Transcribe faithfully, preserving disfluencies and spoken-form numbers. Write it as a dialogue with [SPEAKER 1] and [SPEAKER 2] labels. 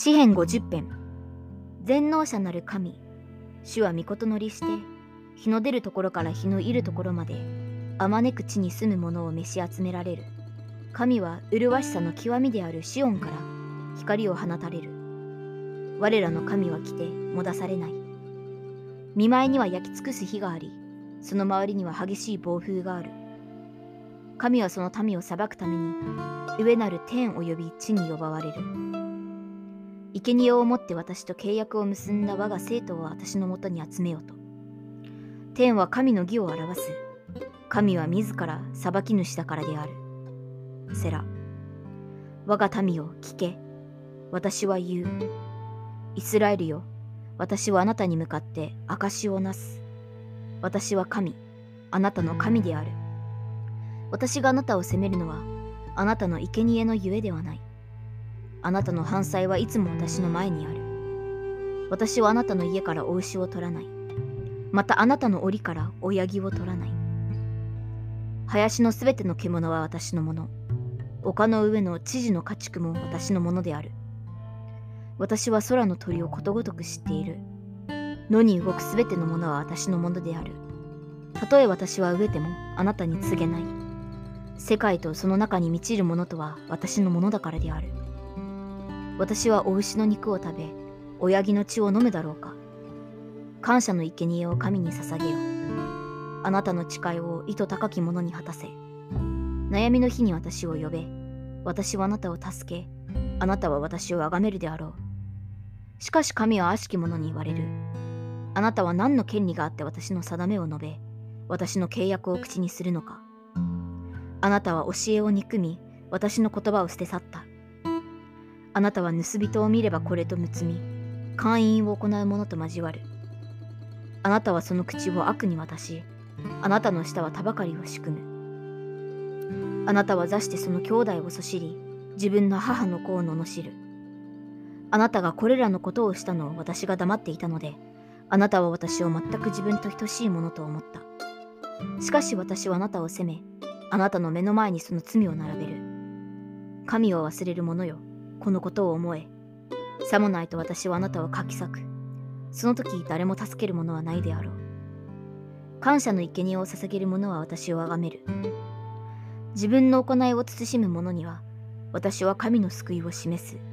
[SPEAKER 1] 詩編ごじゅっ編。全能者なる神、主は御事のりして、日の出るところから日の入るところまで、あまねく地に住む者を召し集められる。神は麗しさの極みであるシオンから光を放たれる。我らの神は来てもだされない。見舞いには焼き尽くす火があり、その周りには激しい暴風がある。神はその民を裁くために、上なる天および地に呼ばわれる。生贄をもって私と契約を結んだ我が生徒を私のもとに集めよと。天は神の義を表す。神は自ら裁き主だからである。セラ。我が民よ、聞け。私は言う。イスラエルよ、私はあなたに向かって証をなす。私は神、あなたの神である。私があなたを責めるのは、あなたの生贄のゆえではない。あなたの犯罪はいつも私の前にある。私はあなたの家からお牛を取らない。またあなたの檻から親木を取らない。林のすべての獣は私のもの。丘の上の知事の家畜も私のものである。私は空の鳥をことごとく知っている。野に動くすべてのものは私のものである。たとえ私は飢えてもあなたに告げない。世界とその中に満ちるものとは私のものだからである。私はお牛の肉を食べ、親木の血を飲むだろうか。感謝の生贄を神に捧げよ。あなたの誓いを意図高き者に果たせ。悩みの日に私を呼べ。私はあなたを助け、あなたは私を崇めるであろう。しかし神は悪しき者に言われる。あなたは何の権利があって私の定めを述べ、私の契約を口にするのか。あなたは教えを憎み、私の言葉を捨て去った。あなたは盗人を見ればこれとむつみ、姦淫を行う者と交わる。あなたはその口を悪に渡し、あなたの舌はたばかりを仕組む。あなたは座してその兄弟をそしり、自分の母の子を罵る。あなたがこれらのことをしたのを私が黙っていたので、あなたは私を全く自分と等しいものと思った。しかし私はあなたを責め、あなたの目の前にその罪を並べる。神を忘れる者よ、このことを思え。さもないと私はあなたをかき裂く。その時誰も助ける者はないであろう。感謝の生贄を捧げる者は私を崇める。自分の行いを慎む者には、私は神の救いを示す。